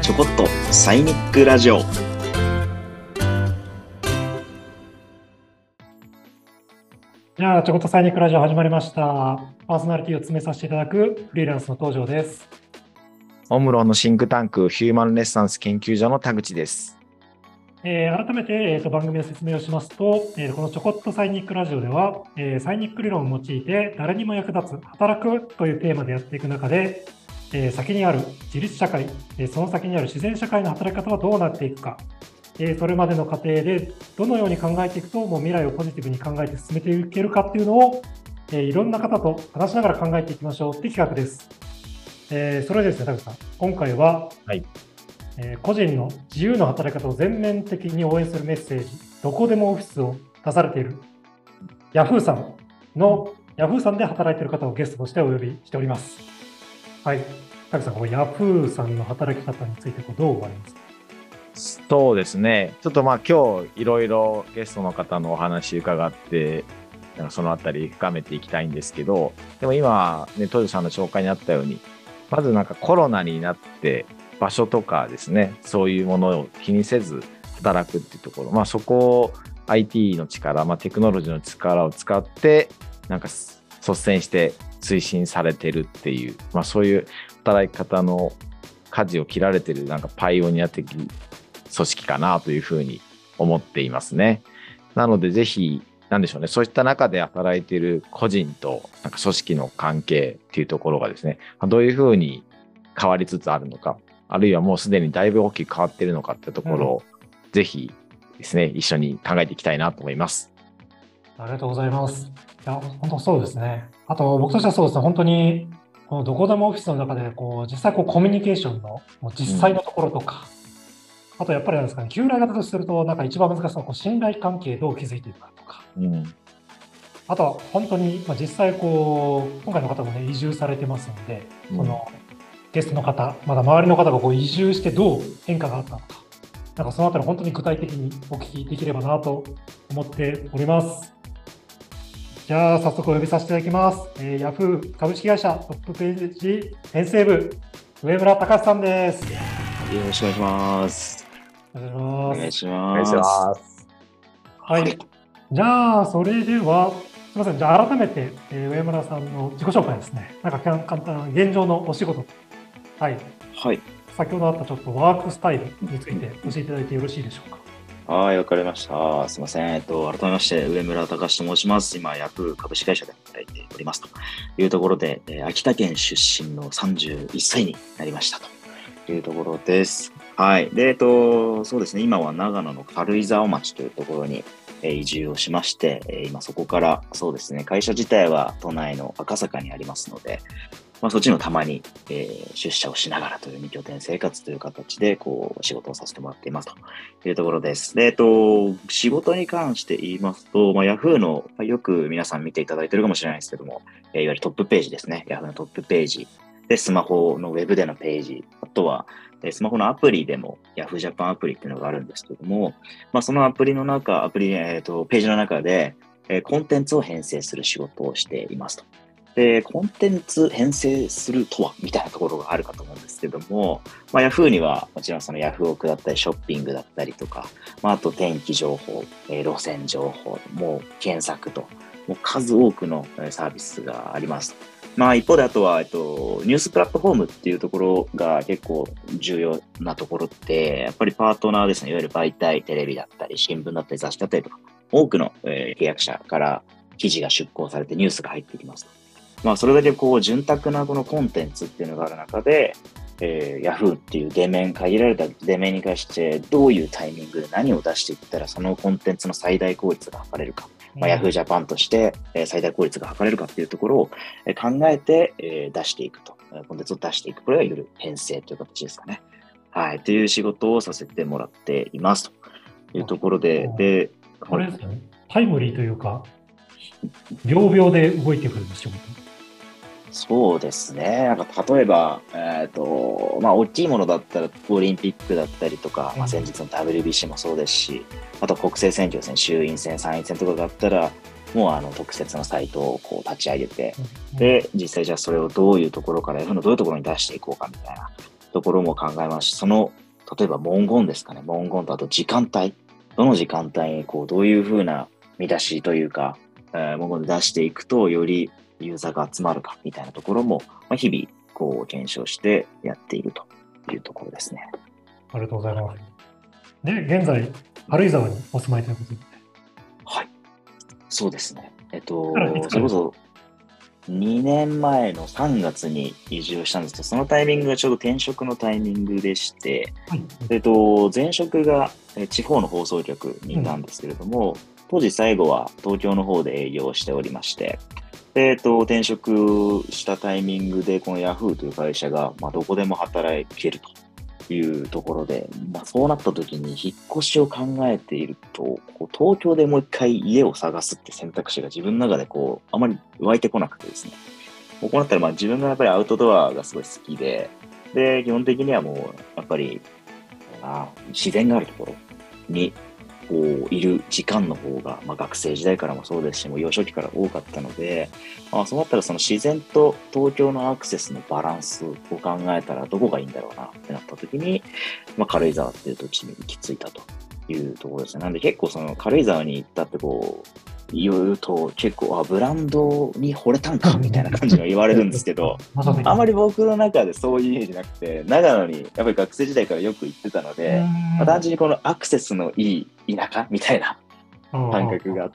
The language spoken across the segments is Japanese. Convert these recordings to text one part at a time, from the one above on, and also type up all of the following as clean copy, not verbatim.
ちょこっとサイニックラジオ。 じゃあ、ちょこっとサイニックラジオ始まりました。パーソナリティを詰めさせていただくフリーランスの東條です。 オムロンのシンクタンクヒューマンレッサンス研究所の田口です。 改めて、番組の説明をしますと、このちょこっとサイニックラジオでは、サイニック理論を用いて誰にも役立つ働くというテーマでやっていく中で、先にある自立社会、その先にある自然社会の働き方はどうなっていくか、それまでの過程でどのように考えていくともう未来をポジティブに考えて進めていけるかっていうのを、いろんな方と話しながら考えていきましょうって企画です。それでですね、田口さん、今回は、個人の自由な働き方を全面的に応援するメッセージ、どこでもオフィスを出されているヤフーさんで働いている方をゲストとしてお呼びしております。はい、田口さん、このヤフーさんの働き方についてどう思われますか？ そうですね。ちょっと今日いろいろゲストの方のお話伺って、そのあたり深めていきたいんですけど、でも今ね、東條さんの紹介にあったように、まずコロナになって場所とかですね、そういうものを気にせず働くっていうところ、そこを IT の力、テクノロジーの力を使って率先して推進されてるっていう、そういう働き方の舵を切られてるパイオニア的組織かなというふうに思っていますね。なのでぜひそういった中で働いている個人と組織の関係っていうところがですね、どういうふうに変わりつつあるのか、あるいはもうすでにだいぶ大きく変わっているのかっていうところを、ぜひですね、一緒に考えていきたいなと思います。 ありがとうございます。いや、本当そうですね。あと僕としてはそうですね、本当にこのどこでもオフィスの中で実際コミュニケーションの実際のところとか、あとやっぱり旧来型とすると一番難しいのは信頼関係どう築いていくかとか、あとは本当に実際今回の方もね移住されてますので、そのゲストの方、まだ周りの方が移住してどう変化があったのか、そのあたり本当に具体的にお聞きできればなと思っております。じゃあ早速お呼びさせていただきます。ヤフー株式会社トップページ編成部上村隆さんです。 よろしくお願いします。 お願いします。 はい。じゃあそれではすみません。じゃあ改めて、上村さんの自己紹介ですね。簡単現状のお仕事。はい。先ほどあったちょっとワークスタイルについて教えていただいてよろしいでしょうか。 はい、わかりました。すみません。改めまして上村隆と申します。今ヤフー株式会社で働いておりますというところで、秋田県出身の31歳になりましたというところです。はい。で、そうですね。今は長野の軽井沢町というところに移住をしまして、今そこからそうですね。会社自体は都内の赤坂にありますので、そっちのたまに、出社をしながらという2拠点生活という形で仕事をさせてもらっていますというところです。で、仕事に関して言いますと、Yahoo のよく皆さん見ていただいているかもしれないですけども、いわゆるトップページですね。Yahoo のトップページで、スマホのウェブでのページ、あとはスマホのアプリでも Yahoo Japan アプリっていうのがあるんですけども、そのページの中で、コンテンツを編成する仕事をしていますと。で、コンテンツ編成するとはみたいなところがあるかと思うんですけども、Yahoo にはもちろんそのヤフオクだったりショッピングだったりとか、あと天気情報、路線情報、もう検索と、もう数多くのサービスがあります。一方であとは、ニュースプラットフォームっていうところが結構重要なところって、やっぱりパートナーですね、いわゆる媒体、テレビだったり、新聞だったり、雑誌だったりとか、多くの契約者から記事が出稿されてニュースが入ってきますと。それだけ潤沢なこのコンテンツっていうのがある中で、Yahoo っていう限られた出面に関してどういうタイミングで何を出していったらそのコンテンツの最大効率が図れるか、Yahoo Japan として最大効率が図れるかっていうところを考えて出していくと、コンテンツを出していく。これがいわゆる編成という形ですかね。はい。という仕事をさせてもらっていますというところで、 これですね、タイムリーというか、秒々で動いてくる仕事。 そうですね。例えば、大きいものだったらオリンピックだったりとか、先日の WBC もそうですし、あと国政選挙ですね、衆院選、参院選とかがあったら、もう特設のサイトを立ち上げて、で、実際じゃあそれをどういうところから、どういうところに出していこうかみたいなところも考えますし、例えば文言ですかね。文言とあと時間帯。どの時間帯にどういうふうな見出しというか、文言で出していくと、よりユーザーが集まるかみたいなところも、日々検証してやっているというところですね。 ありがとうございます。で、現在、軽井沢にお住まいということで。 はい。そうですね。そられこそ2年前の3月に移住したんですけど、そのタイミングがちょうど転職のタイミングでして、 はい。 前職が地方の放送局にいたんですけれども、当時最後は東京の方で営業をしておりまして、転職したタイミングで、このヤフーという会社が、どこでも働けるというところで、そうなった時に引っ越しを考えていると、東京でもう一回家を探すって選択肢が自分の中であまり湧いてこなくてですね。こうなったら自分がやっぱりアウトドアがすごい好きで、基本的にはもうやっぱり自然があるところにいる時間の方が、学生時代からもそうですし、もう幼少期から多かったので、そうなったらその自然と東京のアクセスのバランスを考えたらどこがいいんだろうなってなった時に、軽井沢っていう土地に行き着いたというところですね。なんで結構その軽井沢に行ったって言うと結構ブランドに惚れたんかみたいな感じが言われるんですけどあまり僕の中でそういうイメージなくて、長野にやっぱり学生時代からよく行ってたので、単純にこのアクセスのいい田舎みたいな感覚があって、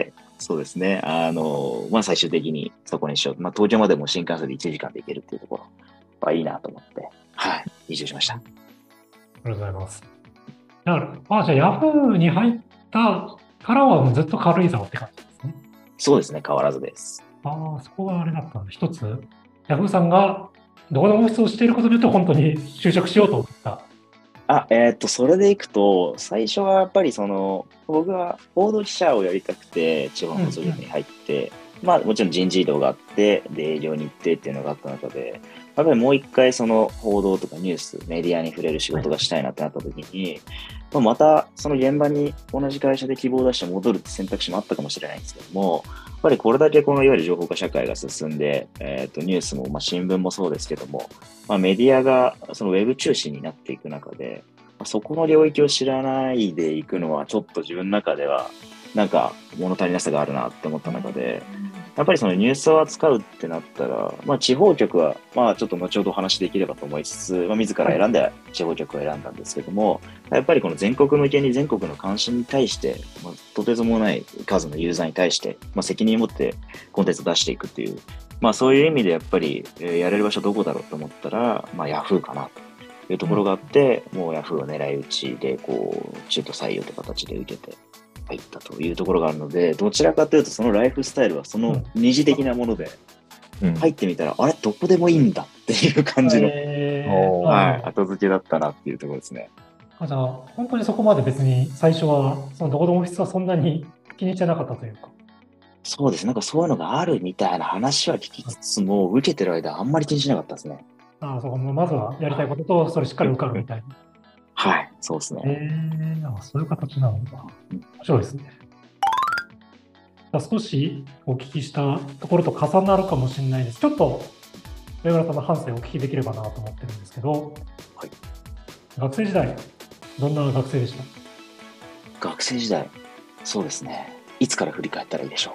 そうですね、最終的にそこにしよう、東京までも新幹線で1時間で行けるっていうところはいいなと思って、移住しました。 ありがとうございます。だからじゃあヤフーに入ったからはもうずっと軽井沢って感じですね。 そうですね、変わらずです。 そこがあれだったんで、一つ、ヤフーさんがどこでもオフィスをしていることによって本当に就職しようと思った。 それでいくと、最初はやっぱり僕は報道記者をやりたくて、地方の放送局に入って、もちろん人事異動があって、で、営業に行ってっていうのがあった中で、やっぱりもう一回報道とかニュース、メディアに触れる仕事がしたいなってなった時に、またその現場に同じ会社で希望を出して戻るって選択肢もあったかもしれないんですけども、やっぱりこれだけいわゆる情報化社会が進んで、ニュースも、新聞もそうですけども、メディアがウェブ中心になっていく中で、そこの領域を知らないでいくのはちょっと自分の中ではなんか物足りなさがあるなって思った中で、やっぱりそのニュースを扱うってなったら、地方局はちょっと後ほどお話できればと思いつつ、自ら選んで地方局を選んだんですけども、やっぱりこの全国向けに全国の関心に対して、とてつもない数のユーザーに対して、責任を持ってコンテンツを出していくっていう、そういう意味でやっぱり、やれる場所どこだろうと思ったら、ヤフーかなというところがあって、もうヤフーを狙い撃ちで中途採用という形で受けて入ったというところがあるので、どちらかというとそのライフスタイルはその二次的なもので、入ってみたら、あれどこでもいいんだっていう感じの、後付けだったなっていうところですね。 じゃあ本当にそこまで別に最初はそのどこでもオフィスはそんなに気に入ってなかったというか。 そうです。なんかそういうのがあるみたいな話は聞きつつも、受けてる間あんまり気にしなかったですね。 そうまずはやりたいことと、それしっかり受かるみたいな。 はい、そうですね。 そういう形なのか。面白いですね。少しお聞きしたところと重なるかもしれないです。ちょっと上村さんの反省をお聞きできればなと思ってるんですけど、学生時代、どんな学生でした？ 学生時代、そうですね。いつから振り返ったらいいでしょ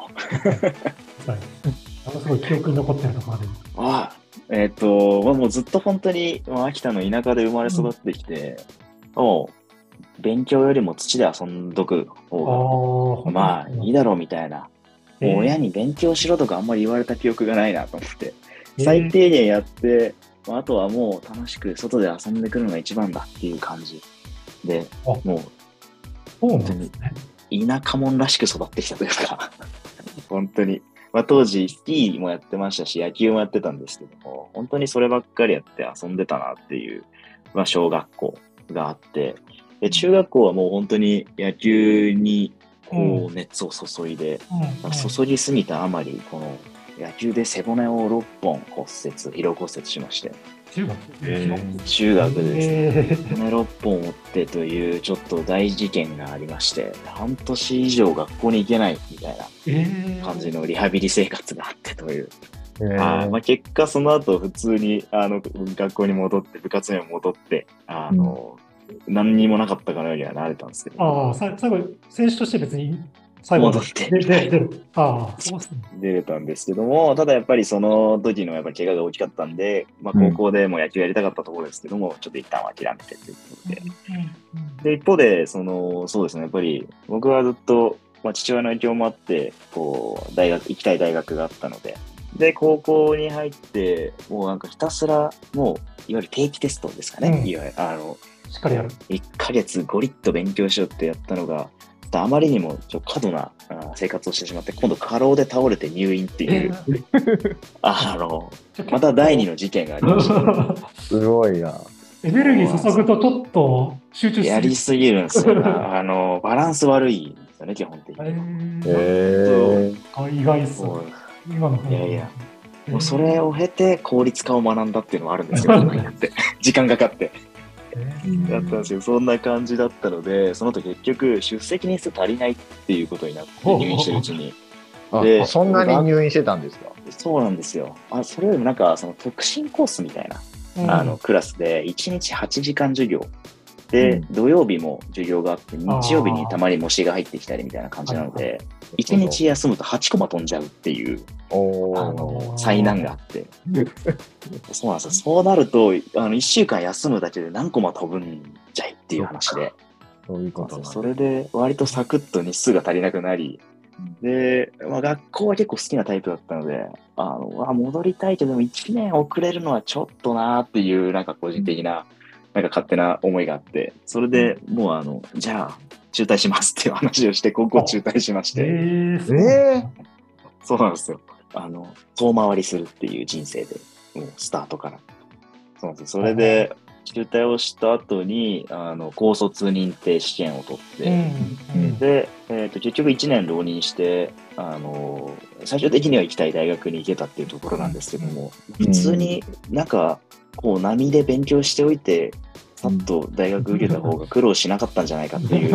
う。すごい記憶に残ってるところで。 もうずっと本当に秋田の田舎で生まれ育ってきて、もう勉強よりも土で遊んどく方がいいだろうみたいな、もう親に勉強しろとかあんまり言われた記憶がないなと思って、最低限やって、あとはもう楽しく外で遊んでくるのが一番だっていう感じで、もう本当に田舎者らしく育ってきたというか本当に。当時、スキーもやってましたし、野球もやってたんですけども、本当にそればっかりやって遊んでたなっていう、小学校があって、で中学校はもう本当に野球に熱を注いで、注ぎすぎたあまり、この野球で背骨を6本疲労骨折しまして。 中学でですね、骨6本折ってというちょっと大事件がありまして、半年以上学校に行けないみたいな感じのリハビリ生活があってというまあ、結果その後普通に学校に戻って部活にも戻って何にもなかったかのようにはなれたんですけど、 最後選手として別に最後戻って出る。そうですね。 出れたんですけども、ただやっぱりその時のやっぱり怪我が大きかったんで、まあ、高校でも野球やりたかったところですけども、ちょっと一旦は諦めてということで、で一方でそうですね、やっぱり僕はずっと、まあ、父親の影響もあってこう行きたい大学があったので、で高校に入ってもうなんかひたすらもういわゆる定期テストですかね、いわゆるしっかりやる。 1ヶ月ゴリッと勉強しようってやったのが、あまりにも過度な生活をしてしまって、今度過労で倒れて入院っていう、また第二の事件がありました。 すごいな。 エネルギー注ぐとちょっと集中しやりすぎるんですよ。バランス悪いんですよね、基本的に。 意外そう。今のいやいや、もうそれを経て効率化を学んだっていうのもあるんですよ、時間かかって。だったんですよ。そんな感じだったので、その後結局出席日数足りないっていうことになって入院してるうちに。 で、そんなに入院してたんですか？ そうなんですよ。それよりもなんかその特進コースみたいな、クラスで1日8時間授業で、土曜日も授業があって、日曜日にたまに模試が入ってきたりみたいな感じなので、1日休むと8コマ飛んじゃうっていう災難があって、そうなんですよ。そうなると1週間休むだけで何コマ飛ぶんじゃいっていう話で、それで割とサクッと日数が足りなくなり、で、まあ、学校は結構好きなタイプだったので、戻りたいけども1年遅れるのはちょっとなーっていうなんか個人的ななんか勝手な思いがあって、それでもうじゃあ中退しますっていう話をして高校中退しまして、そうなんですよ。遠回りするっていう人生でもうスタートから。そうなんですよ。それで中退をした後に高卒認定試験を取って、で、結局1年浪人して最終的には行きたい大学に行けたっていうところなんですけども、普通になんかこう波で勉強しておいてさっと大学受けた方が苦労しなかったんじゃないかっていう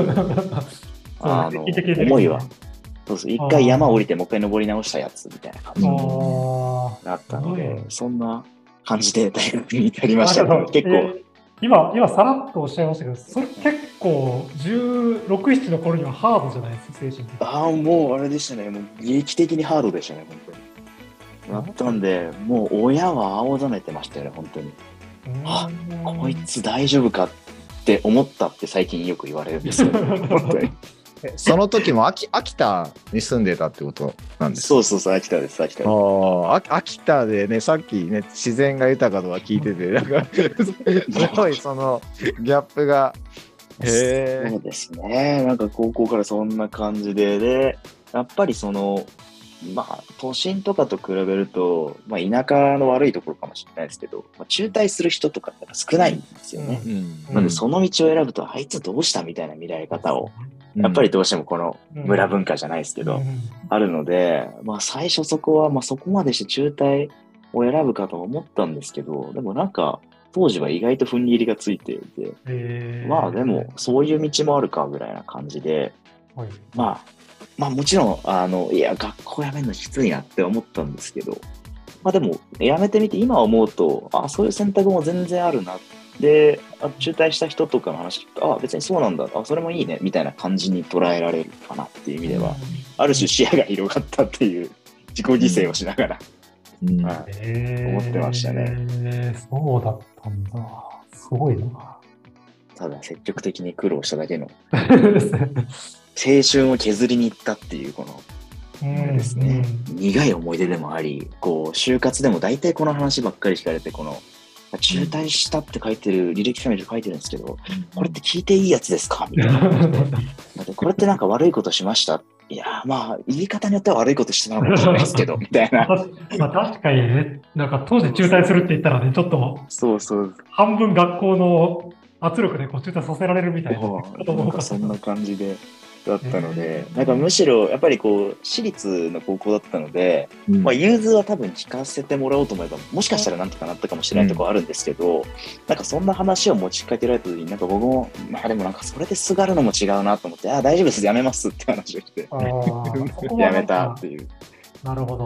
思いは、そうです。一回山降りてもう一回登り直したやつみたいな感じになったので、そんな感じで大学に至りました。結構今さらっとおっしゃいましたけど、それ結構16、17の頃にはハードじゃないですか、精神的に。 もうあれでしたね。もう劇的にハードでしたね、本当に。なったんで、もう親は青ざめてましたよね、本当に。こいつ大丈夫かって思ったって最近よく言われるんですよ、本当に。 その時も秋田に住んでたってことなんですか？ そう、秋田です、秋田。 秋田でね、さっきね、自然が豊かとは聞いてて、なんか、すごいそのギャップが。 そうですね。なんか高校からそんな感じで、やっぱり都心とかと比べると、田舎の悪いところかもしれないですけど、中退する人とかって少ないんですよね。なので、その道を選ぶと、あいつどうしたみたいな見られ方を、やっぱりどうしてもこの村文化じゃないですけど、あるので、最初そこは、そこまでして中退を選ぶかと思ったんですけど、でもなんか、当時は意外と踏ん切りがついていて、でも、そういう道もあるかぐらいな感じで、もちろん、学校辞めるのきついなって思ったんですけど、でも、辞めてみて今思うと、そういう選択も全然あるな。で、中退した人とかの話聞くと、別にそうなんだ、それもいいね、みたいな感じに捉えられるかなっていう意味では、ある種視野が広がったっていう、自己犠牲をしながら、思ってましたね。 そうだったんだ。すごいな。 ただ、積極的に苦労しただけの。青春を削りに行ったっていうこのですね、苦い思い出でもあり、就活でも大体この話ばっかり聞かれて、中退したって書いてる履歴書に書いてるんですけど、これって聞いていいやつですかみたいな感じで、これってなんか悪いことしました？いや言い方によっては悪いことしてたのかもしれないですけどみたいな。 確かにね、なんか当時中退するって言ったらね、ちょっと半分学校の圧力で中退させられるみたいな。 なんかそんな感じでだったので、なんかむしろやっぱり私立の高校だったので、融通は多分聞かせてもらおうと思えばもしかしたらなんとかなったかもしれないところあるんですけど、なんかそんな話を持ちかけられた時に、なんか僕もでもなんかそれですがるのも違うなと思って、大丈夫です、やめますって話をしてやめたっていう。 なるほど。こ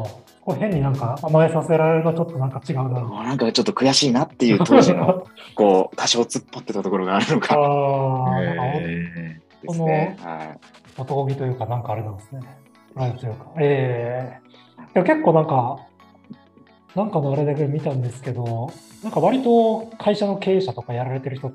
こう変になんか甘えさせられるのちょっとなんか違うな。 なんかちょっと悔しいなっていう当時の、こう、多少突っ張ってたところがあるのか。 なんかですね。はい。 男気というか、なんかあれなんですね。プライドというか。いや結構なんかのあれで見たんですけど、なんか割と会社の経営者とかやられてる人って、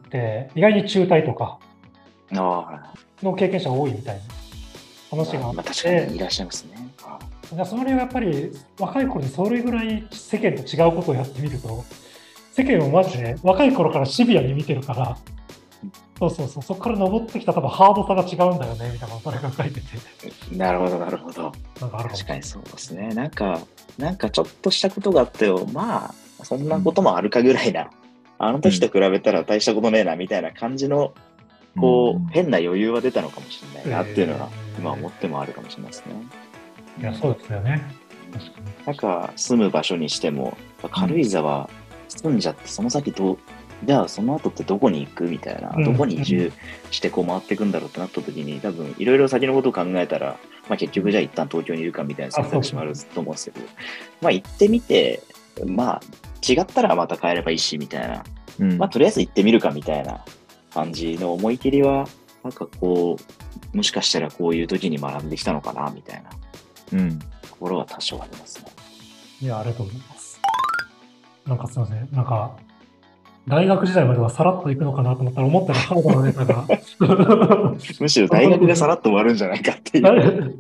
意外に中退とかの経験者が多いみたいな話があって、 確かにいらっしゃいますね。 その理由はやっぱり若い頃にそれぐらい世間と違うことをやってみると、世間をマジで若い頃からシビアに見てるから、そこから登ってきた多分ハードさが違うんだよねみたいなことが書いてて。 なるほど、なるほど。 なんかある確かにそうですね。なんかちょっとしたことがあってよ、まあ、そんなこともあるかぐらいな、あの時と比べたら大したことねえなみたいな感じの、こう、変な余裕は出たのかもしれないなっていうのが、今思ってもあるかもしれないですね。 いや、そうですよね。 なんか、住む場所にしても、軽井沢住んじゃって、その先じゃあその後ってどこに行くみたいな、どこに移住してこう回っていくんだろうってなった時に、多分いろいろ先のことを考えたら、まあ結局じゃあ一旦東京にいるかみたいな選択肢もあると思うんですけど、まあ行ってみて、まあ違ったらまた帰ればいいしみたいな、まあとりあえず行ってみるかみたいな感じの思い切りは、なんかこう、もしかしたらこういう時に学んできたのかなみたいなところは多少ありますね。 いや、ありがとうございます。なんかすいません。なんか、大学時代まではさらっといくのかなと思ったら、思ったらハードなネタが。 むしろ大学でさらっと終わるんじゃないかっていう。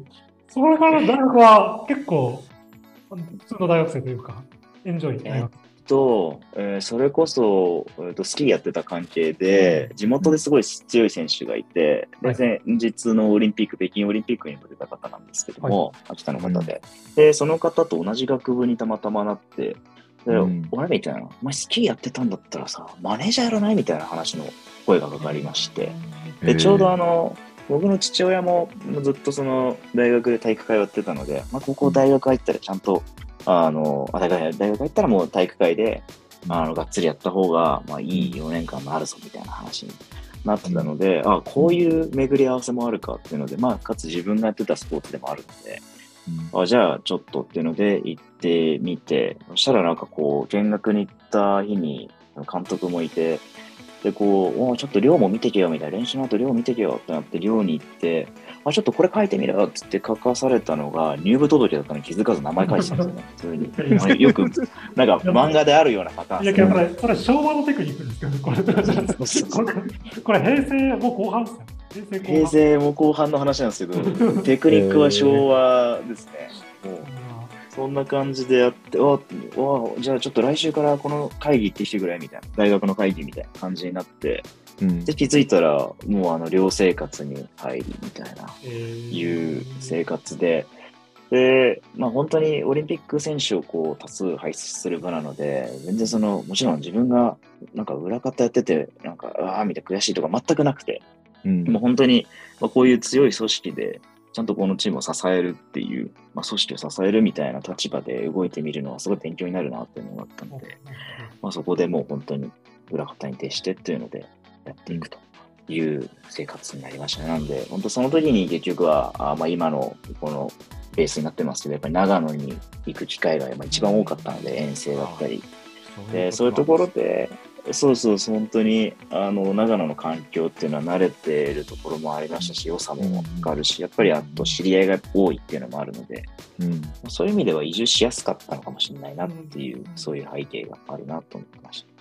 それから大学は結構、普通の大学生というか、エンジョイ大学。 それこそ、スキーやってた関係で、地元ですごい強い選手がいて、前日のオリンピック、北京オリンピックにも出た方なんですけども、秋田の方で。で、その方と同じ学部にたまたまなって、俺みたいな、お前スキーやってたんだったらさ、マネージャーやらないみたいな話の声がかかりまして、で、ちょうど僕の父親もずっとその大学で体育会をやってたので、まあ、ここ大学入ったらちゃんと、大学入ったらもう体育会で、がっつりやった方が、まあいい4年間もあるぞみたいな話になってたので、こういう巡り合わせもあるかっていうので、まあ、かつ自分がやってたスポーツでもあるので、じゃあちょっとっていうので行ってみて、そしたらなんかこう、見学に行った日に監督もいて、で、こう、ちょっと寮も見てけよみたいな、練習の後寮見てけよってなって寮に行って、ちょっとこれ書いてみろよって言って書かされたのが入部届だったのに気づかず名前書いてたんですよね。それによく、なんか漫画であるようなパターン。 いや、これ昭和のテクニックですけどね、これ平成も後半ですよ。 平成も後半の話なんですけど、テクニックは昭和ですね。もうそんな感じでやって、じゃあちょっと来週からこの会議行ってきてくれみたいな、大学の会議みたいな感じになって、で、気づいたら、もう寮生活に入りみたいな、いう生活で、で、まあ本当にオリンピック選手をこう多数輩出する場なので、全然もちろん自分がなんか裏方やってて、なんか、みたいな悔しいとか全くなくて、もう本当に、こういう強い組織で、ちゃんとこのチームを支えるっていう、組織を支えるみたいな立場で動いてみるのはすごい勉強になるなっていうのがあったので、そこでもう本当に裏方に徹してっていうのでやっていくという生活になりましたね。なんで、本当その時に結局は、今のこのベースになってますけど、やっぱり長野に行く機会が一番多かったので、遠征だったり。で、そういうところで、本当に、長野の環境っていうのは慣れているところもありましたし、良さもわかるし、やっぱりあと知り合いが多いっていうのもあるので、そういう意味では移住しやすかったのかもしれないなっていう、そういう背景があるなと思ってました。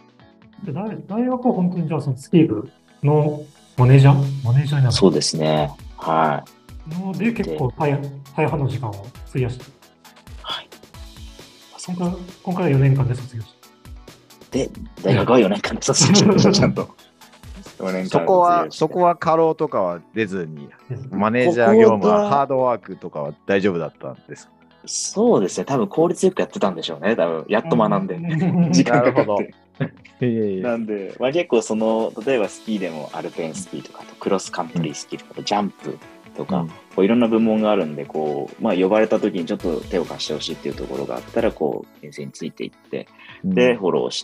大学は本当にじゃあそのスキー部のマネージャーになる？ そうですね。はい。 で、結構大半の時間を費やして。 はい。 今回は4年間で卒業して。 で、大学は4年間で卒業しました、ちゃんと。 そこは過労とかは出ずに、マネージャー業務はハードワークとかは大丈夫だったんですか？ そうですね、多分効率よくやってたんでしょうね、多分やっと学んで、時間かかって。なんで、結構例えばスキーでもアルペンスキーとか、クロスカントリースキーとか、ジャンプとか、いろんな部門があるんで、呼ばれた時にちょっと手を貸してほしいっていうところがあったら、遠征についていって、で、フォローして、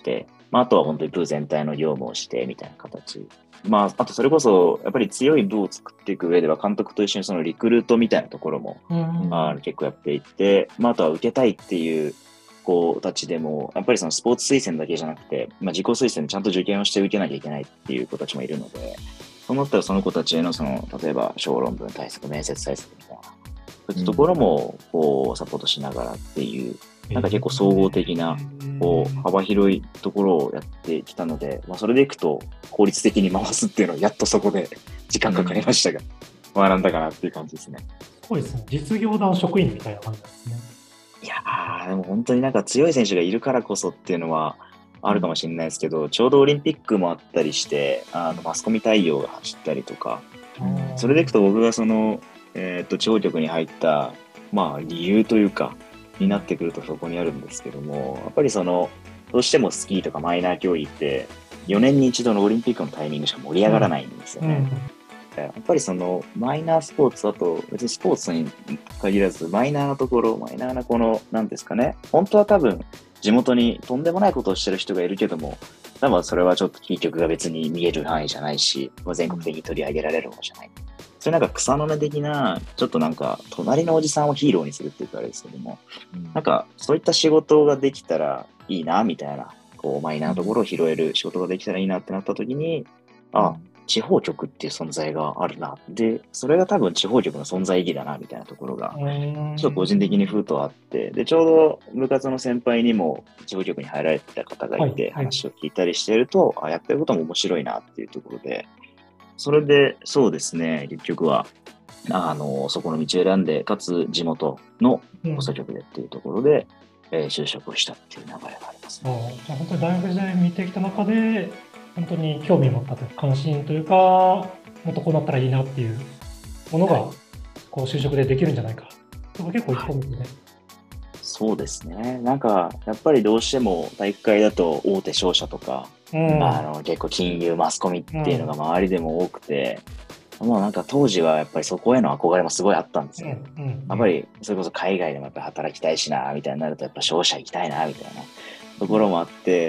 まあ、あとは本当に部全体の業務をしてみたいな形。まあ、あとそれこそ、やっぱり強い部を作っていく上では、監督と一緒にそのリクルートみたいなところも、結構やっていて、まあ、あとは受けたいっていう子たちでも、やっぱりそのスポーツ推薦だけじゃなくて、まあ、自己推薦でちゃんと受験をして受けなきゃいけないっていう子たちもいるので、そうなったらその子たちへの例えば小論文対策、面接対策みたいな、そういったところもこうサポートしながらっていう、なんか結構総合的なこう幅広いところをやってきたので、まあ、それでいくと効率的に回すっていうのはやっとそこで時間かかりましたが、学んだかなっていう感じですね。 すごいですね。実業団職員みたいな感じですね。 いやー、でも本当になんか強い選手がいるからこそっていうのはあるかもしれないですけど、ちょうどオリンピックもあったりして、マスコミ対応が走ったりとか、それでいくと僕が地方局に入った、まあ理由というか、になってくるとそこにあるんですけども、やっぱりどうしてもスキーとかマイナー競技って4年に一度のオリンピックのタイミングしか盛り上がらないんですよね。やっぱりマイナースポーツだと別にスポーツに限らずマイナーなところ、マイナーななんですかね、本当は多分地元にとんでもないことをしてる人がいるけども、多分それはちょっとキー局が別に見える範囲じゃないし、全国的に取り上げられるものじゃない。それなんか草の根的な、ちょっとなんか隣のおじさんをヒーローにするっていうかあれですけども、なんかそういった仕事ができたらいいなみたいな、こうマイナーなところを拾える仕事ができたらいいなってなった時に、地方局っていう存在があるな。で、それが多分地方局の存在意義だなみたいなところが、ちょっと個人的にふとあって、で、ちょうど部活の先輩にも地方局に入られてた方がいて、話を聞いたりしていると、やってることも面白いなっていうところで、それで、そうですね、結局は、そこの道を選んで、かつ地元の放送局でっていうところで、就職をしたっていう流れがあります、ね。 じゃあ本当に大学時代見てきた中で、本当に興味を持ったというか、関心というか、もっとこうなったらいいなっていうものが、こう就職でできるんじゃないか。そこ結構一本ですね。 そうですね。なんか、やっぱりどうしても体育会だと大手商社とか、結構金融、マスコミっていうのが周りでも多くて、もうなんか当時はやっぱりそこへの憧れもすごいあったんですよ。やっぱりそれこそ海外でもやっぱ働きたいしな、みたいになるとやっぱ商社行きたいな、みたいなところもあって、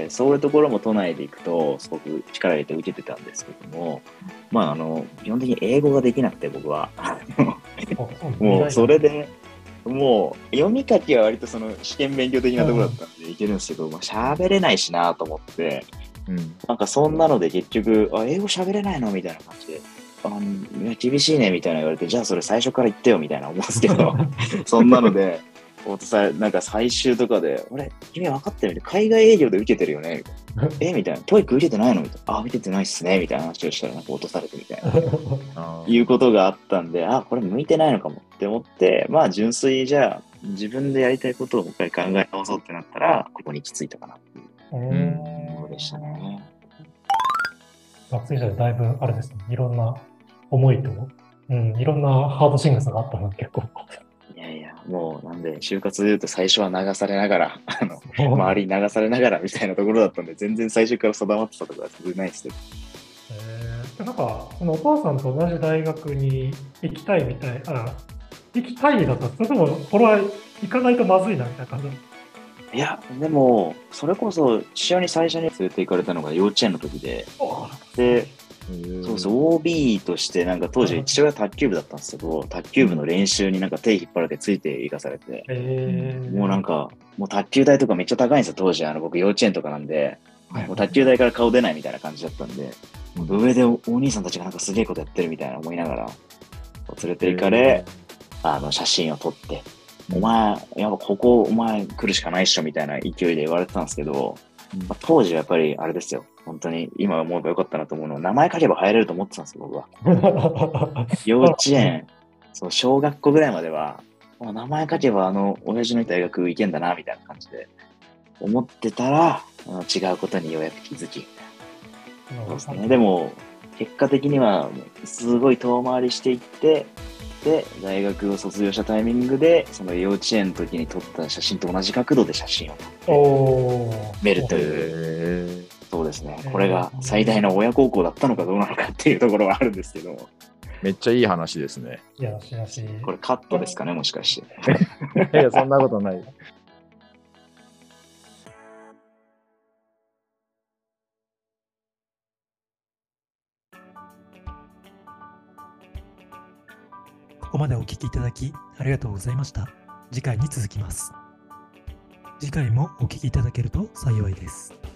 そういうところも都内で行くとすごく力入れて受けてたんですけども、基本的に英語ができなくて僕は。もうそれで、もう読み書きは割と試験勉強的なところだったんでいけるんですけど、喋れないしなと思って、なんかそんなので結局、英語喋れないのみたいな感じで。いや厳しいねみたいな言われて、じゃあそれ最初から言ってよみたいな思うんですけど、そんなので、なんか最終とかで、君分かってるみたいな、海外営業で受けてるよねみたいな。みたいな、トイック受けてないのみたいな。受けてないっすねみたいな話をしたら、なんか落とされてみたいな。いうことがあったんで、これ向いてないのかもって思って、純粋じゃあ、自分でやりたいことをもう一回考え直そうってなったら、ここに行き着いたかなっていうものでしたね。 学生時代だいぶあれですね、いろんな思いと、いろんなハードシングスがあったの結構。 いやいや、もうなんで、就活で言うと最初は流されながら、周りに流されながらみたいなところだったんで、全然最初から定まってたとかは全然ないですけど。 なんか、お父さんと同じ大学に行きたいみたい、行きたいだったら、それとも、これは行かないとまずいなみたいな感じ。 いや、でも、それこそ、父親に最初に連れて行かれたのが幼稚園の時で、そうそう、OB としてなんか当時父親は卓球部だったんですけど、卓球部の練習になんか手引っ張られてついて行かされて、もうなんか、もう卓球台とかめっちゃ高いんですよ、当時。僕幼稚園とかなんで、もう卓球台から顔出ないみたいな感じだったんで、上でお兄さんたちがなんかすげえことやってるみたいな思いながら、連れて行かれ、写真を撮って、お前、やっぱここお前来るしかないっしょみたいな勢いで言われてたんですけど、当時はやっぱりあれですよ。本当に今思えばよかったなと思うのは、名前書けば入れると思ってたんですよ、僕は。幼稚園、小学校ぐらいまでは、名前書けば親父の大学行けんだな、みたいな感じで思ってたら、違うことにようやく気づき。そうですね。でも、結果的には、すごい遠回りしていって、で、大学を卒業したタイミングで、その幼稚園の時に撮った写真と同じ角度で写真を撮って、メルという、そうですね。これが最大の親孝行だったのかどうなのかっていうところはあるんですけど。 めっちゃいい話ですね。 いや、 これカットですかね、もしかして。 いや、そんなことない。 こまでお聞きいただきありがとうございました。次回に続きます。次回もお聞きいただけると幸いです。